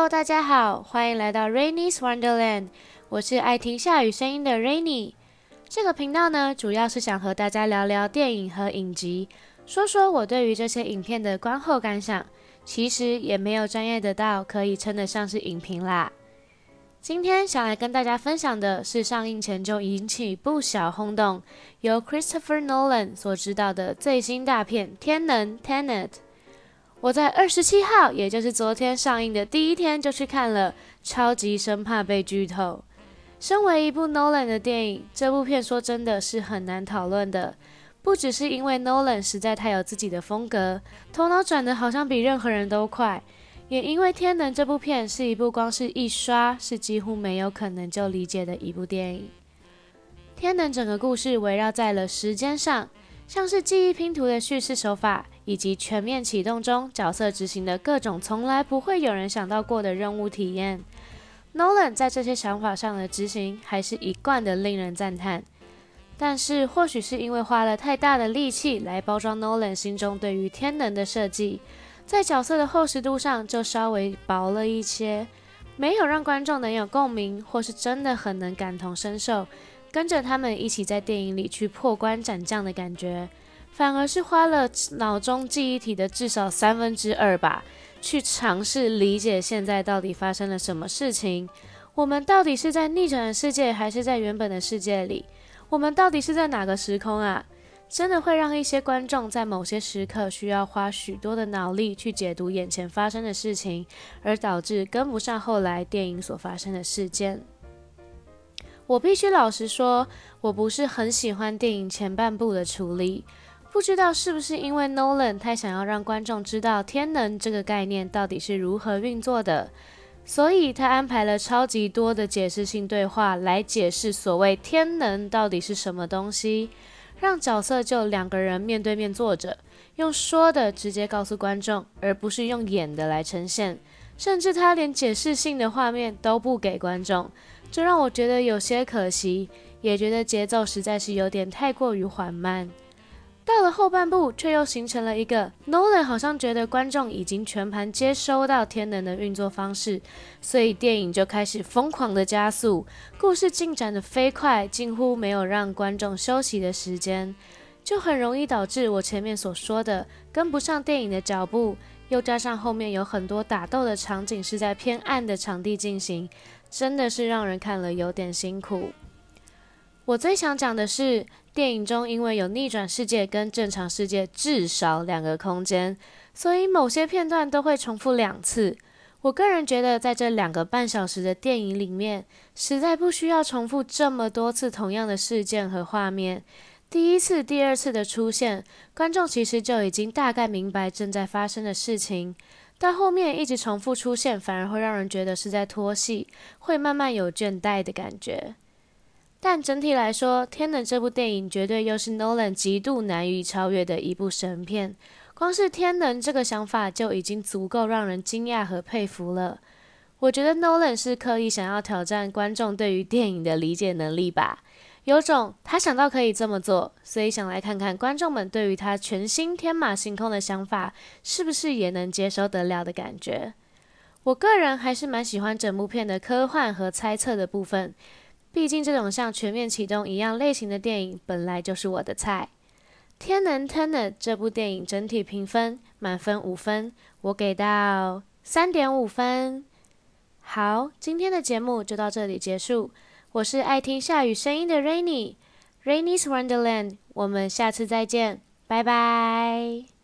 Hello，大家好，欢迎来到 Rainy's Wonderland，我是爱听下雨声音的 Rainy。这个频道呢，主要是想和大家聊聊电影和影集，说说我对于这些影片的观后感想。其实也没有专业的到可以称得上是影评啦。今天想来跟大家分享的是上映前就引起不小轰动，由 Christopher Nolan 所执导的最新大片《天能》Tenet。我在27号，也就是昨天上映的第一天就去看了，超级生怕被剧透。身为一部 Nolan 的电影，这部片说真的是很难讨论的，不只是因为 Nolan 实在太有自己的风格，头脑转得好像比任何人都快，也因为《天能》这部片是一部光是一刷是几乎没有可能就理解的一部电影。《天能》整个故事围绕在了时间上，像是记忆拼图的叙事手法，以及全面启动中角色执行的各种从来不会有人想到过的任务体验。Nolan 在这些想法上的执行还是一贯的令人赞叹，但是或许是因为花了太大的力气来包装 Nolan 心中对于天能的设计，在角色的厚实度上就稍微薄了一些，没有让观众能有共鸣，或是真的很能感同身受，跟着他们一起在电影里去破关斩将的感觉，反而是花了脑中记忆体的至少2/3吧，去尝试理解现在到底发生了什么事情，我们到底是在逆转的世界还是在原本的世界里，我们到底是在哪个时空啊？真的会让一些观众在某些时刻需要花许多的脑力去解读眼前发生的事情，而导致跟不上后来电影所发生的事件。我必须老实说，我不是很喜欢电影前半部的处理，不知道是不是因为 Nolan 太想要让观众知道天能这个概念到底是如何运作的，所以他安排了超级多的解释性对话来解释所谓天能到底是什么东西，让角色就2个人面对面坐着，用说的直接告诉观众，而不是用演的来呈现，甚至他连解释性的画面都不给观众，这让我觉得有些可惜，也觉得节奏实在是有点太过于缓慢。到了后半部，却又形成了一个 Nolan 好像觉得观众已经全盘接收到天能的运作方式，所以电影就开始疯狂的加速，故事进展的飞快，近乎没有让观众休息的时间，就很容易导致我前面所说的跟不上电影的脚步，又加上后面有很多打斗的场景是在偏暗的场地进行，真的是让人看了有点辛苦。我最想讲的是，电影中因为有逆转世界跟正常世界至少2个空间，所以某些片段都会重复2次。我个人觉得，在这2个半小时的电影里面，实在不需要重复这么多次同样的事件和画面。第一次、第二次的出现，观众其实就已经大概明白正在发生的事情，到后面一直重复出现，反而会让人觉得是在拖戏，会慢慢有倦怠的感觉。但整体来说，《天能》这部电影绝对又是 Nolan 极度难以超越的一部神片。光是天能这个想法就已经足够让人惊讶和佩服了。我觉得 Nolan 是刻意想要挑战观众对于电影的理解能力吧，有种他想到可以这么做，所以想来看看观众们对于他全新天马行空的想法是不是也能接受得了的感觉。我个人还是蛮喜欢整部片的科幻和猜测的部分，毕竟这种像全面启动一样类型的电影本来就是我的菜。天能 Tenet 这部电影整体评分满分5分，我给到3.5分。好，今天的节目就到这里结束。我是爱听下雨声音的 Rainy，Rainy's Wonderland， 我们下次再见，拜拜。